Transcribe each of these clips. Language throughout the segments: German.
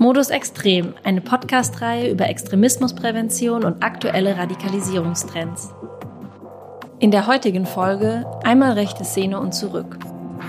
Modus Extrem, eine Podcast-Reihe über Extremismusprävention und aktuelle Radikalisierungstrends. In der heutigen Folge einmal rechte Szene und zurück.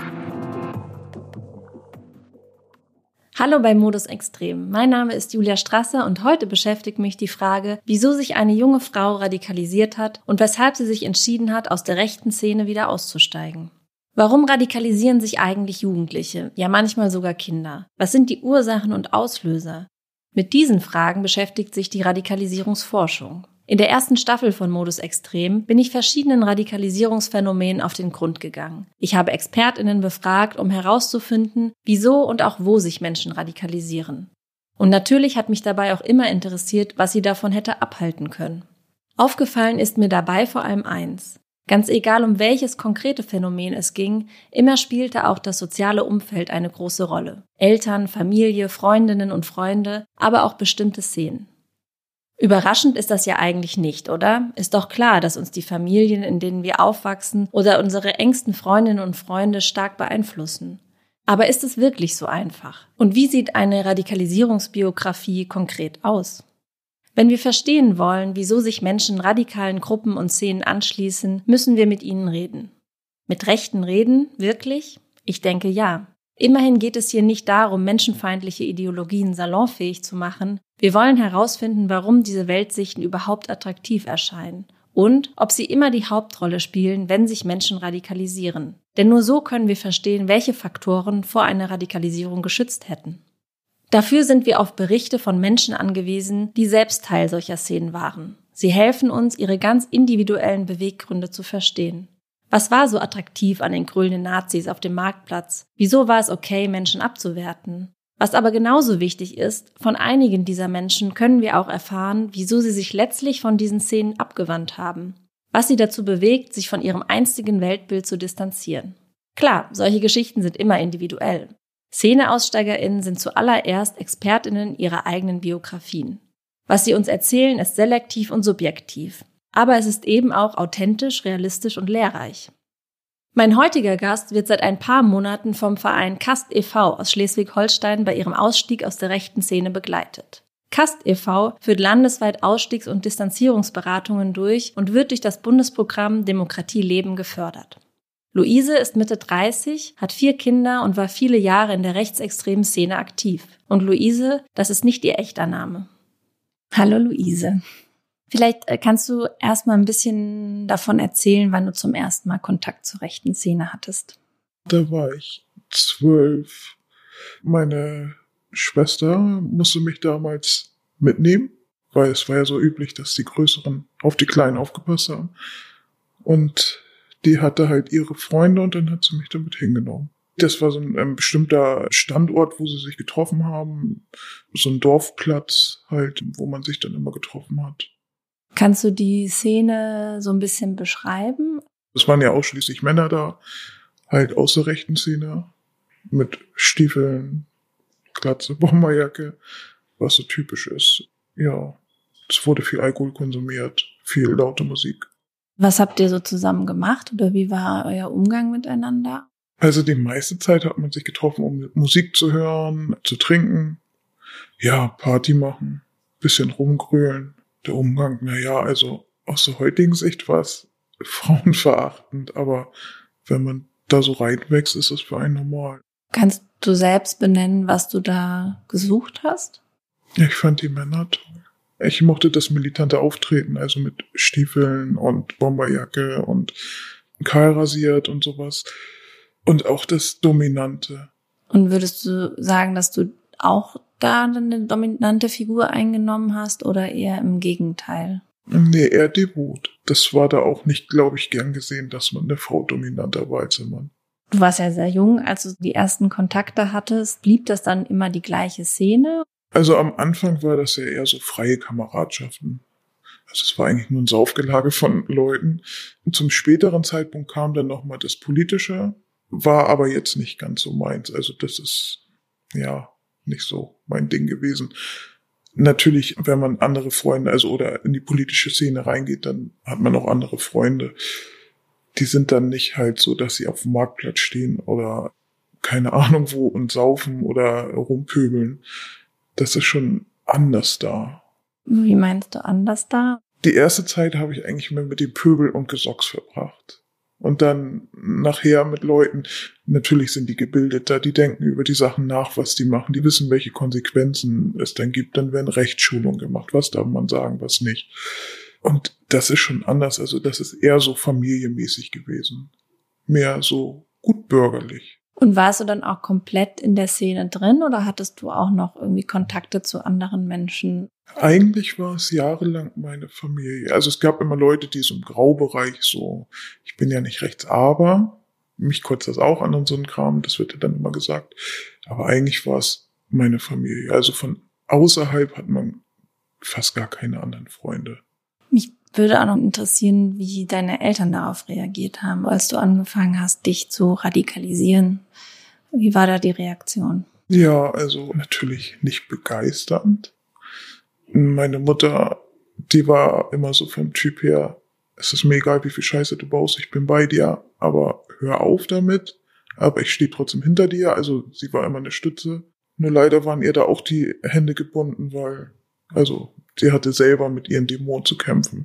Hallo bei Modus Extrem, mein Name ist Julia Strasser und heute beschäftigt mich die Frage, wieso sich eine junge Frau radikalisiert hat und weshalb sie sich entschieden hat, aus der rechten Szene wieder auszusteigen. Warum radikalisieren sich eigentlich Jugendliche, ja manchmal sogar Kinder? Was sind die Ursachen und Auslöser? Mit diesen Fragen beschäftigt sich die Radikalisierungsforschung. In der ersten Staffel von Modus Extrem bin ich verschiedenen Radikalisierungsphänomenen auf den Grund gegangen. Ich habe ExpertInnen befragt, um herauszufinden, wieso und auch wo sich Menschen radikalisieren. Und natürlich hat mich dabei auch immer interessiert, was sie davon hätte abhalten können. Aufgefallen ist mir dabei vor allem eins. Ganz egal, um welches konkrete Phänomen es ging, immer spielte auch das soziale Umfeld eine große Rolle. Eltern, Familie, Freundinnen und Freunde, aber auch bestimmte Szenen. Überraschend ist das ja eigentlich nicht, oder? Ist doch klar, dass uns die Familien, in denen wir aufwachsen, oder unsere engsten Freundinnen und Freunde stark beeinflussen. Aber ist es wirklich so einfach? Und wie sieht eine Radikalisierungsbiografie konkret aus? Wenn wir verstehen wollen, wieso sich Menschen radikalen Gruppen und Szenen anschließen, müssen wir mit ihnen reden. Mit Rechten reden? Wirklich? Ich denke ja. Immerhin geht es hier nicht darum, menschenfeindliche Ideologien salonfähig zu machen. Wir wollen herausfinden, warum diese Weltsichten überhaupt attraktiv erscheinen und ob sie immer die Hauptrolle spielen, wenn sich Menschen radikalisieren. Denn nur so können wir verstehen, welche Faktoren vor einer Radikalisierung geschützt hätten. Dafür sind wir auf Berichte von Menschen angewiesen, die selbst Teil solcher Szenen waren. Sie helfen uns, ihre ganz individuellen Beweggründe zu verstehen. Was war so attraktiv an den grölenden Nazis auf dem Marktplatz? Wieso war es okay, Menschen abzuwerten? Was aber genauso wichtig ist, von einigen dieser Menschen können wir auch erfahren, wieso sie sich letztlich von diesen Szenen abgewandt haben. Was sie dazu bewegt, sich von ihrem einstigen Weltbild zu distanzieren. Klar, solche Geschichten sind immer individuell. SzeneaussteigerInnen sind zuallererst ExpertInnen ihrer eigenen Biografien. Was sie uns erzählen, ist selektiv und subjektiv. Aber es ist eben auch authentisch, realistisch und lehrreich. Mein heutiger Gast wird seit ein paar Monaten vom Verein KAST e.V. aus Schleswig-Holstein bei ihrem Ausstieg aus der rechten Szene begleitet. KAST e.V. führt landesweit Ausstiegs- und Distanzierungsberatungen durch und wird durch das Bundesprogramm Demokratie leben gefördert. Luise ist Mitte 30, hat 4 Kinder und war viele Jahre in der rechtsextremen Szene aktiv. Und Luise, das ist nicht ihr echter Name. Hallo Luise. Vielleicht kannst du erstmal ein bisschen davon erzählen, wann du zum ersten Mal Kontakt zur rechten Szene hattest. Da war ich 12. Meine Schwester musste mich damals mitnehmen, weil es war ja so üblich, dass die Größeren auf die Kleinen aufgepasst haben. Und die hatte halt ihre Freunde und dann hat sie mich damit hingenommen. Das war so ein bestimmter Standort, wo sie sich getroffen haben. So ein Dorfplatz halt, wo man sich dann immer getroffen hat. Kannst du die Szene so ein bisschen beschreiben? Es waren ja ausschließlich Männer da, halt aus der rechten Szene, mit Stiefeln, Glatze, Bomberjacke, was so typisch ist. Ja, es wurde viel Alkohol konsumiert, viel laute Musik. Was habt ihr so zusammen gemacht oder wie war euer Umgang miteinander? Also die meiste Zeit hat man sich getroffen, um Musik zu hören, zu trinken, ja, Party machen, bisschen rumgrölen. Der Umgang, also aus der heutigen Sicht war es frauenverachtend, aber wenn man da so reinwächst, ist es für einen normal. Kannst du selbst benennen, was du da gesucht hast? Ja, ich fand die Männer toll. Ich mochte das militante Auftreten, also mit Stiefeln und Bomberjacke und kahl rasiert und sowas. Und auch das Dominante. Und würdest du sagen, dass du auch da eine dominante Figur eingenommen hast oder eher im Gegenteil? Nee, eher devot. Das war da auch nicht, glaube ich, gern gesehen, dass man eine Frau dominanter war als ein Mann. Du warst ja sehr jung, als du die ersten Kontakte hattest. Blieb das dann immer die gleiche Szene? Also am Anfang war das ja eher so freie Kameradschaften. Also es war eigentlich nur ein Saufgelage von Leuten. Und zum späteren Zeitpunkt kam dann nochmal das Politische, war aber jetzt nicht ganz so meins. Also das ist, ja, nicht so mein Ding gewesen. Natürlich, wenn man andere Freunde, also oder in die politische Szene reingeht, dann hat man auch andere Freunde. Die sind dann nicht halt so, dass sie auf dem Marktplatz stehen oder keine Ahnung wo und saufen oder rumpöbeln. das ist schon anders da. Wie meinst du anders da? Die erste Zeit habe ich eigentlich mehr mit dem Pöbel und Gesocks verbracht. Und dann nachher mit Leuten, natürlich sind die gebildeter, die denken über die Sachen nach, was die machen, die wissen, welche Konsequenzen es dann gibt, dann werden Rechtsschulungen gemacht, was darf man sagen, was nicht. Und das ist schon anders, also das ist eher so familienmäßig gewesen. Mehr so gut bürgerlich. Und warst du dann auch komplett in der Szene drin oder hattest du auch noch irgendwie Kontakte zu anderen Menschen? Eigentlich war es jahrelang meine Familie. Also es gab immer Leute, die so im Graubereich so, ich bin ja nicht rechts, aber mich kotzt das auch an und so ein Kram, das wird ja dann immer gesagt. Aber eigentlich war es meine Familie. Also von außerhalb hat man fast gar keine anderen Freunde. Mich würde auch noch interessieren, wie deine Eltern darauf reagiert haben, als du angefangen hast, dich zu radikalisieren. Wie war da die Reaktion? Ja, also natürlich nicht begeisternd. Meine Mutter, die war immer so vom Typ her, es ist mir egal, wie viel Scheiße du baust, ich bin bei dir, aber hör auf damit. Aber ich stehe trotzdem hinter dir, also sie war immer eine Stütze. Nur leider waren ihr da auch die Hände gebunden, weil, also sie hatte selber mit ihren Dämonen zu kämpfen.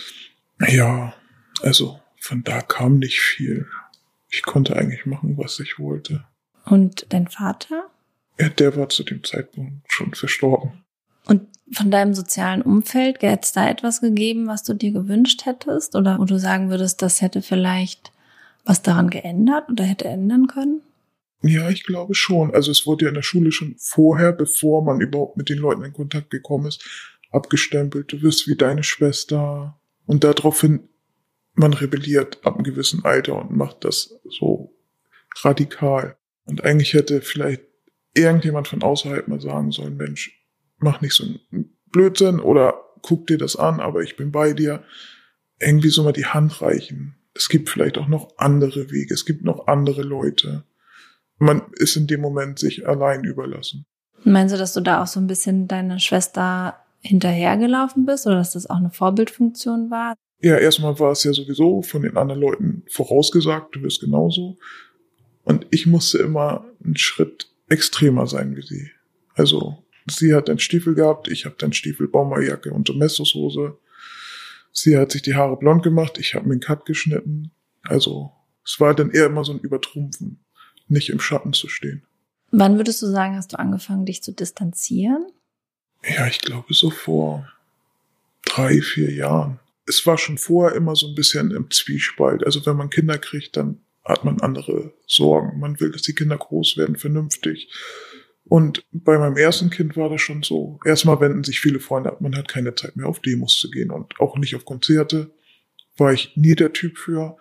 Ja, also von da kam nicht viel. Ich konnte eigentlich machen, was ich wollte. Und dein Vater? Ja, der war zu dem Zeitpunkt schon verstorben. Und von deinem sozialen Umfeld, hätte es da etwas gegeben, was du dir gewünscht hättest? Oder wo du sagen würdest, das hätte vielleicht was daran geändert oder hätte ändern können? Ja, ich glaube schon. Also es wurde ja in der Schule schon vorher, bevor man überhaupt mit den Leuten in Kontakt gekommen ist, abgestempelt. Du wirst wie deine Schwester. Und daraufhin, man rebelliert ab einem gewissen Alter und macht das so radikal. Und eigentlich hätte vielleicht irgendjemand von außerhalb mal sagen sollen, Mensch, mach nicht so einen Blödsinn oder guck dir das an, aber ich bin bei dir. Irgendwie so mal die Hand reichen. Es gibt vielleicht auch noch andere Wege, es gibt noch andere Leute. Man ist in dem Moment sich allein überlassen. Meinst du, dass du da auch so ein bisschen deiner Schwester hinterhergelaufen bist oder dass das auch eine Vorbildfunktion war? Ja, erstmal war es ja sowieso von den anderen Leuten vorausgesagt, du wirst genauso. Und ich musste immer einen Schritt extremer sein wie sie. Also sie hat einen Stiefel gehabt, ich habe dann Stiefel, Bomberjacke und Domestos-Hose. Sie hat sich die Haare blond gemacht, ich habe mir einen Cut geschnitten. Also es war dann eher immer so ein Übertrumpfen, nicht im Schatten zu stehen. Wann würdest du sagen, hast du angefangen, dich zu distanzieren? Ja, ich glaube so vor 3, 4 Jahren. Es war schon vorher immer so ein bisschen im Zwiespalt. Also wenn man Kinder kriegt, dann hat man andere Sorgen. Man will, dass die Kinder groß werden, vernünftig. Und bei meinem ersten Kind war das schon so. Erstmal wenden sich viele Freunde ab. Man hat keine Zeit mehr auf Demos zu gehen und auch nicht auf Konzerte. War ich nie der Typ für.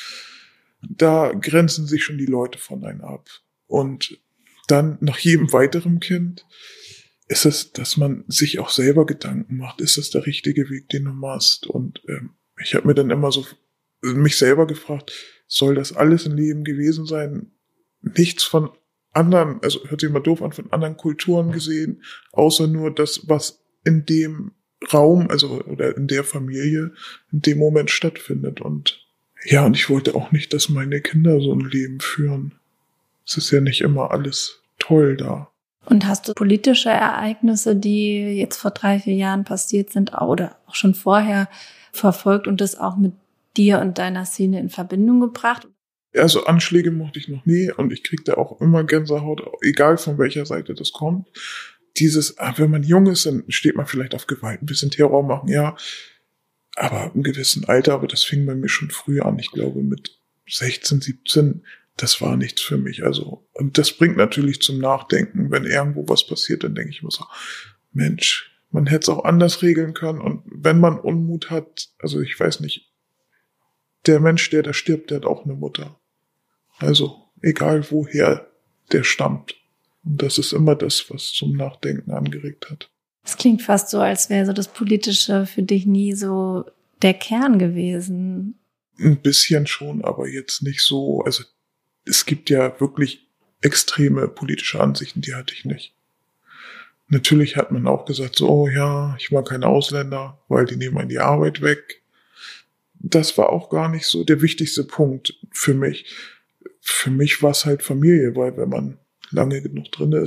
Da grenzen sich schon die Leute von einem ab. Und dann nach jedem weiteren Kind ist es, dass man sich auch selber Gedanken macht. Ist das der richtige Weg, den du machst? Und ich habe mir dann immer so mich selber gefragt, soll das alles im Leben gewesen sein? Nichts von anderen, also hört sich immer doof an, von anderen Kulturen gesehen, außer nur das, was in dem Raum, also oder in der Familie in dem Moment stattfindet. Und ja, und ich wollte auch nicht, dass meine Kinder so ein Leben führen. Es ist ja nicht immer alles toll da. Und hast du politische Ereignisse, die jetzt vor 3, 4 Jahren passiert sind oder auch schon vorher verfolgt und das auch mit dir und deiner Szene in Verbindung gebracht? Also Anschläge mochte ich noch nie und ich kriege da auch immer Gänsehaut, egal von welcher Seite das kommt. Dieses, wenn man jung ist, dann steht man vielleicht auf Gewalt, ein bisschen Terror machen, ja. Aber im gewissen Alter, aber das fing bei mir schon früh an. Ich glaube mit 16, 17, das war nichts für mich. Also, und das bringt natürlich zum Nachdenken. Wenn irgendwo was passiert, dann denke ich immer so, Mensch, man hätte es auch anders regeln können. Und wenn man Unmut hat, also ich weiß nicht, der Mensch, der da stirbt, der hat auch eine Mutter. Also, egal woher der stammt. Und das ist immer das, was zum Nachdenken angeregt hat. Es klingt fast so, als wäre so das Politische für dich nie so der Kern gewesen. Ein bisschen schon, aber jetzt nicht so. Also es gibt ja wirklich extreme politische Ansichten, die hatte ich nicht. Natürlich hat man auch gesagt, so, oh ja, ich mag keine Ausländer, weil die nehmen einen die Arbeit weg. Das war auch gar nicht so der wichtigste Punkt für mich. Für mich war es halt Familie, weil wenn man lange genug drin ist.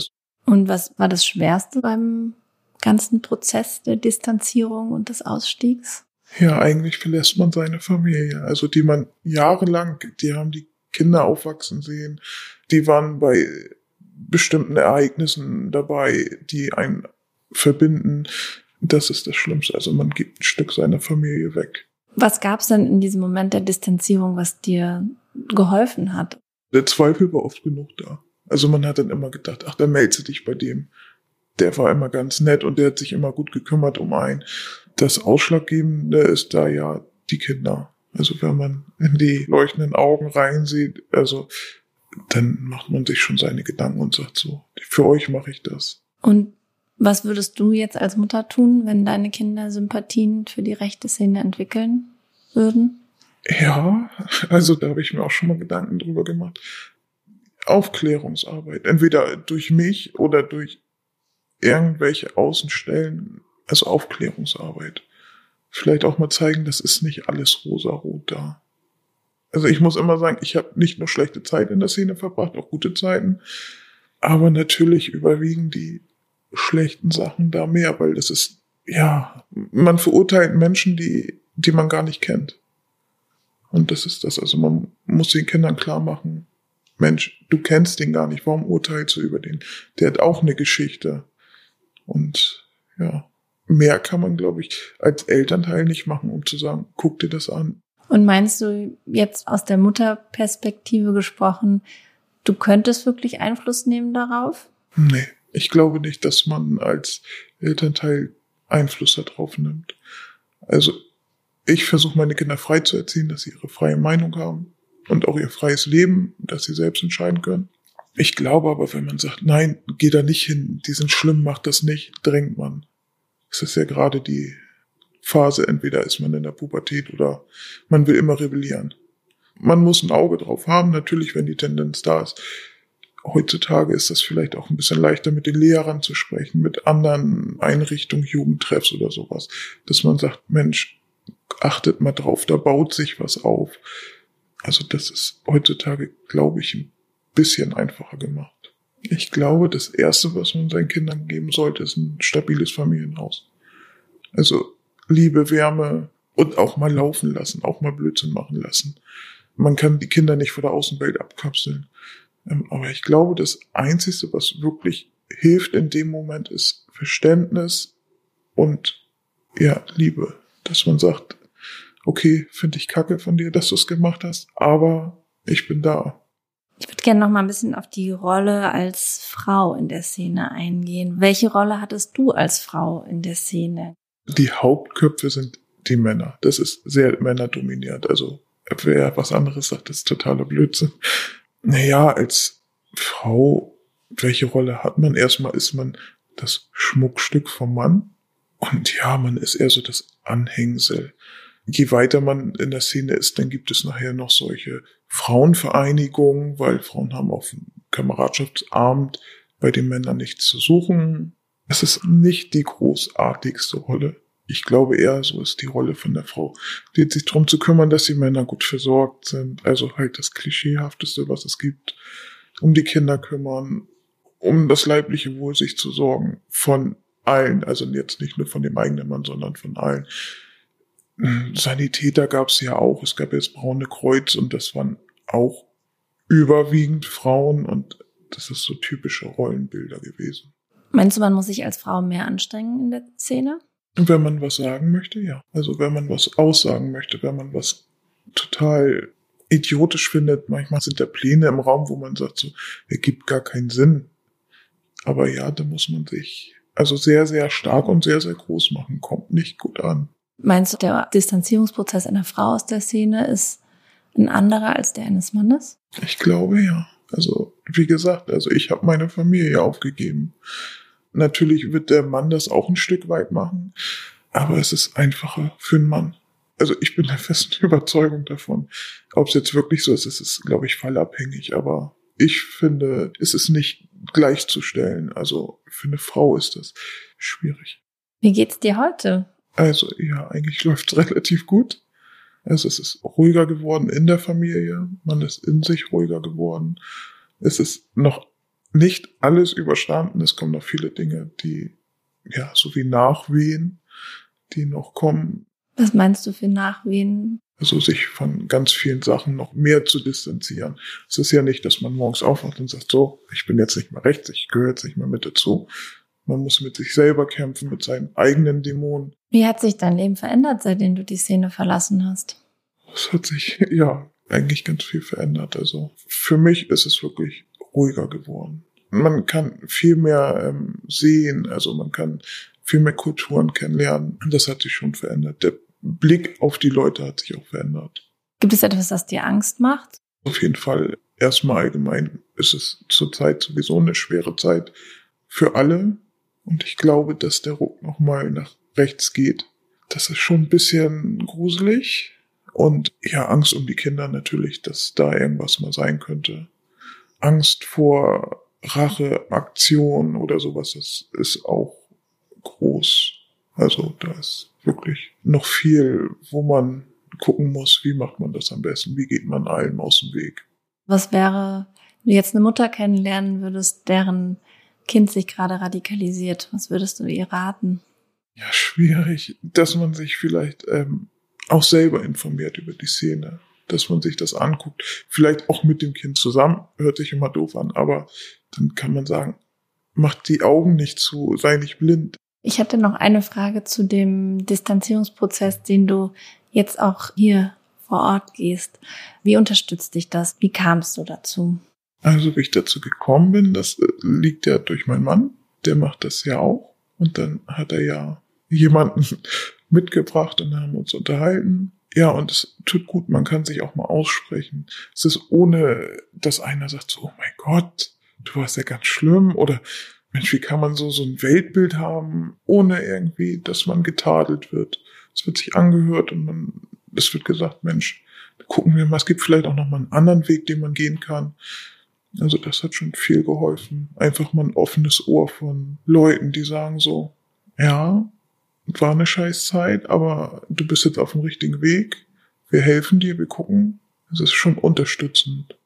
Und was war das Schwerste beim ganzen Prozess der Distanzierung und des Ausstiegs? Ja, eigentlich verlässt man seine Familie, also die man jahrelang, die haben die Kinder aufwachsen sehen, die waren bei bestimmten Ereignissen dabei, die einen verbinden. Das ist das Schlimmste, also man gibt ein Stück seiner Familie weg. Was gab es denn in diesem Moment der Distanzierung, was dir geholfen hat? Der Zweifel war oft genug da. Also man hat dann immer gedacht, ach, dann meldest du dich bei dem. Der war immer ganz nett und der hat sich immer gut gekümmert um einen. Das Ausschlaggebende ist da ja die Kinder. Also wenn man in die leuchtenden Augen reinsieht, also dann macht man sich schon seine Gedanken und sagt so, für euch mache ich das. Und was würdest du jetzt als Mutter tun, wenn deine Kinder Sympathien für die rechte Szene entwickeln würden? Ja, also da habe ich mir auch schon mal Gedanken drüber gemacht. Aufklärungsarbeit, entweder durch mich oder durch irgendwelche Außenstellen, also Aufklärungsarbeit. Vielleicht auch mal zeigen, das ist nicht alles rosarot da. Also ich muss immer sagen, ich habe nicht nur schlechte Zeit in der Szene verbracht, auch gute Zeiten, aber natürlich überwiegen die schlechten Sachen da mehr, weil das ist, ja, man verurteilt Menschen, die man gar nicht kennt. Und das ist das, also man muss den Kindern klar machen, Mensch, du kennst den gar nicht, warum urteilst du über den? Der hat auch eine Geschichte. Und ja, mehr kann man, glaube ich, als Elternteil nicht machen, um zu sagen, guck dir das an. Und meinst du jetzt aus der Mutterperspektive gesprochen, du könntest wirklich Einfluss nehmen darauf? Nee, ich glaube nicht, dass man als Elternteil Einfluss darauf nimmt. Also ich versuche meine Kinder frei zu erziehen, dass sie ihre freie Meinung haben und auch ihr freies Leben, dass sie selbst entscheiden können. Ich glaube aber, wenn man sagt, nein, geh da nicht hin, die sind schlimm, mach das nicht, drängt man. Es ist ja gerade die Phase, entweder ist man in der Pubertät oder man will immer rebellieren. Man muss ein Auge drauf haben, natürlich, wenn die Tendenz da ist. Heutzutage ist das vielleicht auch ein bisschen leichter, mit den Lehrern zu sprechen, mit anderen Einrichtungen, Jugendtreffs oder sowas, dass man sagt, Mensch, achtet mal drauf, da baut sich was auf. Also das ist heutzutage, glaube ich, ein bisschen einfacher gemacht. Ich glaube, das Erste, was man seinen Kindern geben sollte, ist ein stabiles Familienhaus. Also Liebe, Wärme und auch mal laufen lassen, auch mal Blödsinn machen lassen. Man kann die Kinder nicht von der Außenwelt abkapseln. Aber ich glaube, das Einzige, was wirklich hilft in dem Moment, ist Verständnis und ja, Liebe. Dass man sagt, okay, finde ich kacke von dir, dass du es gemacht hast, aber ich bin da. Ich würde gerne noch mal ein bisschen auf die Rolle als Frau in der Szene eingehen. Welche Rolle hattest du als Frau in der Szene? Die Hauptköpfe sind die Männer. Das ist sehr männerdominiert. Also wer was anderes sagt, ist totaler Blödsinn. Naja, als Frau, welche Rolle hat man? Erstmal ist man das Schmuckstück vom Mann. Und ja, man ist eher so das Anhängsel. Je weiter man in der Szene ist, dann gibt es nachher noch solche Frauenvereinigungen, weil Frauen haben auf dem Kameradschaftsabend bei den Männern nichts zu suchen. Es ist nicht die großartigste Rolle. Ich glaube eher, so ist die Rolle von der Frau. Die hat sich darum zu kümmern, dass die Männer gut versorgt sind. Also halt das Klischeehafteste, was es gibt. Um die Kinder kümmern, um das leibliche Wohl sich zu sorgen. Von allen, also jetzt nicht nur von dem eigenen Mann, sondern von allen. Sanitäter gab es ja auch. Es gab jetzt Braune Kreuz und das waren auch überwiegend Frauen und das ist so typische Rollenbilder gewesen. Meinst du, man muss sich als Frau mehr anstrengen in der Szene? Wenn man was sagen möchte, ja. Also wenn man was aussagen möchte, wenn man was total idiotisch findet. Manchmal sind da Pläne im Raum, wo man sagt, so, ergibt gar keinen Sinn. Aber ja, da muss man sich also sehr, sehr stark und sehr, sehr groß machen. Kommt nicht gut an. Meinst du, der Distanzierungsprozess einer Frau aus der Szene ist ein anderer als der eines Mannes? Ich glaube, ja. Also wie gesagt, also ich habe meine Familie aufgegeben. Natürlich wird der Mann das auch ein Stück weit machen, aber es ist einfacher für einen Mann. Also ich bin der festen Überzeugung davon. Ob es jetzt wirklich so ist, es ist, glaube ich, fallabhängig, aber ich finde, es ist nicht gleichzustellen. Also für eine Frau ist das schwierig. Wie geht's dir heute? Also ja, eigentlich läuft's relativ gut. Also es ist ruhiger geworden in der Familie, man ist in sich ruhiger geworden. Es ist noch nicht alles überstanden. Es kommen noch viele Dinge, die, ja, so wie Nachwehen, die noch kommen. Was meinst du für Nachwehen? Also sich von ganz vielen Sachen noch mehr zu distanzieren. Es ist ja nicht, dass man morgens aufwacht und sagt, so, ich bin jetzt nicht mehr rechts, ich gehöre jetzt nicht mehr mit dazu. Man muss mit sich selber kämpfen, mit seinen eigenen Dämonen. Wie hat sich dein Leben verändert, seitdem du die Szene verlassen hast? Es hat sich, ja, eigentlich ganz viel verändert. Also für mich ist es wirklich ruhiger geworden. Man kann viel mehr sehen, also man kann viel mehr Kulturen kennenlernen. Das hat sich schon verändert. Der Blick auf die Leute hat sich auch verändert. Gibt es etwas, das dir Angst macht? Auf jeden Fall, erstmal allgemein ist es zurzeit sowieso eine schwere Zeit für alle. Und ich glaube, dass der Ruck nochmal nach rechts geht. Das ist schon ein bisschen gruselig. Und ja, Angst um die Kinder natürlich, dass da irgendwas mal sein könnte. Angst vor Racheaktion oder sowas, das ist auch groß. Also da ist wirklich noch viel, wo man gucken muss, wie macht man das am besten, wie geht man allem aus dem Weg. Was wäre, wenn du jetzt eine Mutter kennenlernen würdest, deren Kind sich gerade radikalisiert? Was würdest du ihr raten? Ja, schwierig, dass man sich vielleicht auch selber informiert über die Szene, dass man sich das anguckt. Vielleicht auch mit dem Kind zusammen, hört sich immer doof an, aber dann kann man sagen, mach die Augen nicht zu, sei nicht blind. Ich hatte noch eine Frage zu dem Distanzierungsprozess, den du jetzt auch hier vor Ort gehst. Wie unterstützt dich das? Wie kamst du dazu? Also wie ich dazu gekommen bin, das liegt ja durch meinen Mann. Der macht das ja auch. Und dann hat er ja jemanden mitgebracht und haben uns unterhalten. Ja, und es tut gut, man kann sich auch mal aussprechen. Es ist ohne, dass einer sagt so, oh mein Gott, du warst ja ganz schlimm oder Mensch, wie kann man so ein Weltbild haben, ohne irgendwie, dass man getadelt wird. Es wird sich angehört und es wird gesagt, Mensch, gucken wir mal, es gibt vielleicht auch noch mal einen anderen Weg, den man gehen kann. Also das hat schon viel geholfen. Einfach mal ein offenes Ohr von Leuten, die sagen so, ja, war eine scheiß Zeit, aber du bist jetzt auf dem richtigen Weg. Wir helfen dir, wir gucken. Das ist schon unterstützend.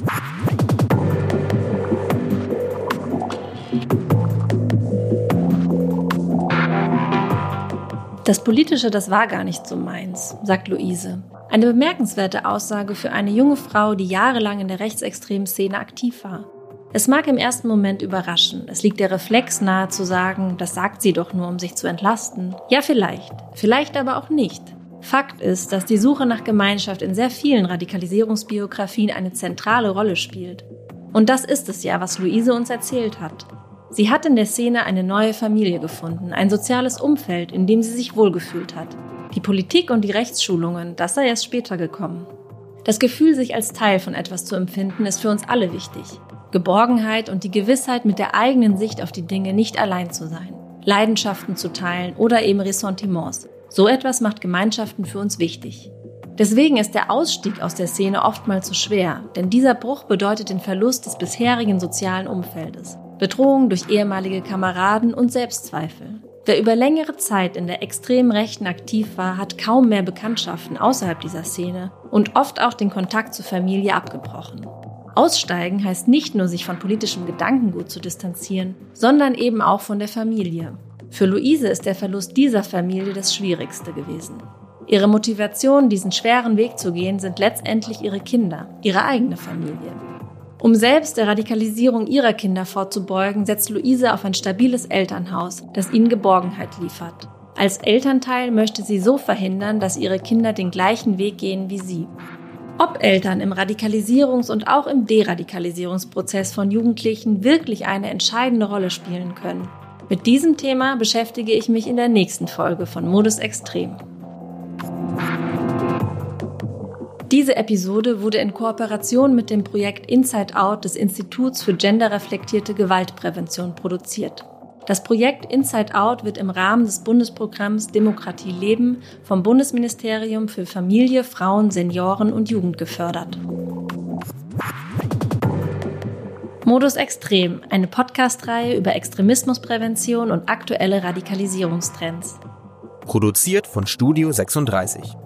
Das Politische, das war gar nicht so meins, sagt Luise. Eine bemerkenswerte Aussage für eine junge Frau, die jahrelang in der rechtsextremen Szene aktiv war. Es mag im ersten Moment überraschen. Es liegt der Reflex nahe zu sagen, das sagt sie doch nur, um sich zu entlasten. Ja, vielleicht aber auch nicht. Fakt ist, dass die Suche nach Gemeinschaft in sehr vielen Radikalisierungsbiografien eine zentrale Rolle spielt. Und das ist es ja, was Luise uns erzählt hat. Sie hat in der Szene eine neue Familie gefunden, ein soziales Umfeld, in dem sie sich wohlgefühlt hat. Die Politik und die Rechtsschulungen, das sei erst später gekommen. Das Gefühl, sich als Teil von etwas zu empfinden, ist für uns alle wichtig. Geborgenheit und die Gewissheit, mit der eigenen Sicht auf die Dinge nicht allein zu sein. Leidenschaften zu teilen oder eben Ressentiments. So etwas macht Gemeinschaften für uns wichtig. Deswegen ist der Ausstieg aus der Szene oftmals so schwer, denn dieser Bruch bedeutet den Verlust des bisherigen sozialen Umfeldes. Bedrohung durch ehemalige Kameraden und Selbstzweifel. Wer über längere Zeit in der extremen Rechten aktiv war, hat kaum mehr Bekanntschaften außerhalb dieser Szene und oft auch den Kontakt zur Familie abgebrochen. Aussteigen heißt nicht nur, sich von politischem Gedankengut zu distanzieren, sondern eben auch von der Familie. Für Luise ist der Verlust dieser Familie das Schwierigste gewesen. Ihre Motivation, diesen schweren Weg zu gehen, sind letztendlich ihre Kinder, ihre eigene Familie. Um selbst der Radikalisierung ihrer Kinder vorzubeugen, setzt Luise auf ein stabiles Elternhaus, das ihnen Geborgenheit liefert. Als Elternteil möchte sie so verhindern, dass ihre Kinder den gleichen Weg gehen wie sie. Ob Eltern im Radikalisierungs- und auch im Deradikalisierungsprozess von Jugendlichen wirklich eine entscheidende Rolle spielen können. Mit diesem Thema beschäftige ich mich in der nächsten Folge von Modus Extrem. Diese Episode wurde in Kooperation mit dem Projekt Inside Out des Instituts für genderreflektierte Gewaltprävention produziert. Das Projekt Inside Out wird im Rahmen des Bundesprogramms Demokratie leben vom Bundesministerium für Familie, Frauen, Senioren und Jugend gefördert. Modus Extrem, eine Podcast-Reihe über Extremismusprävention und aktuelle Radikalisierungstrends. Produziert von Studio 36.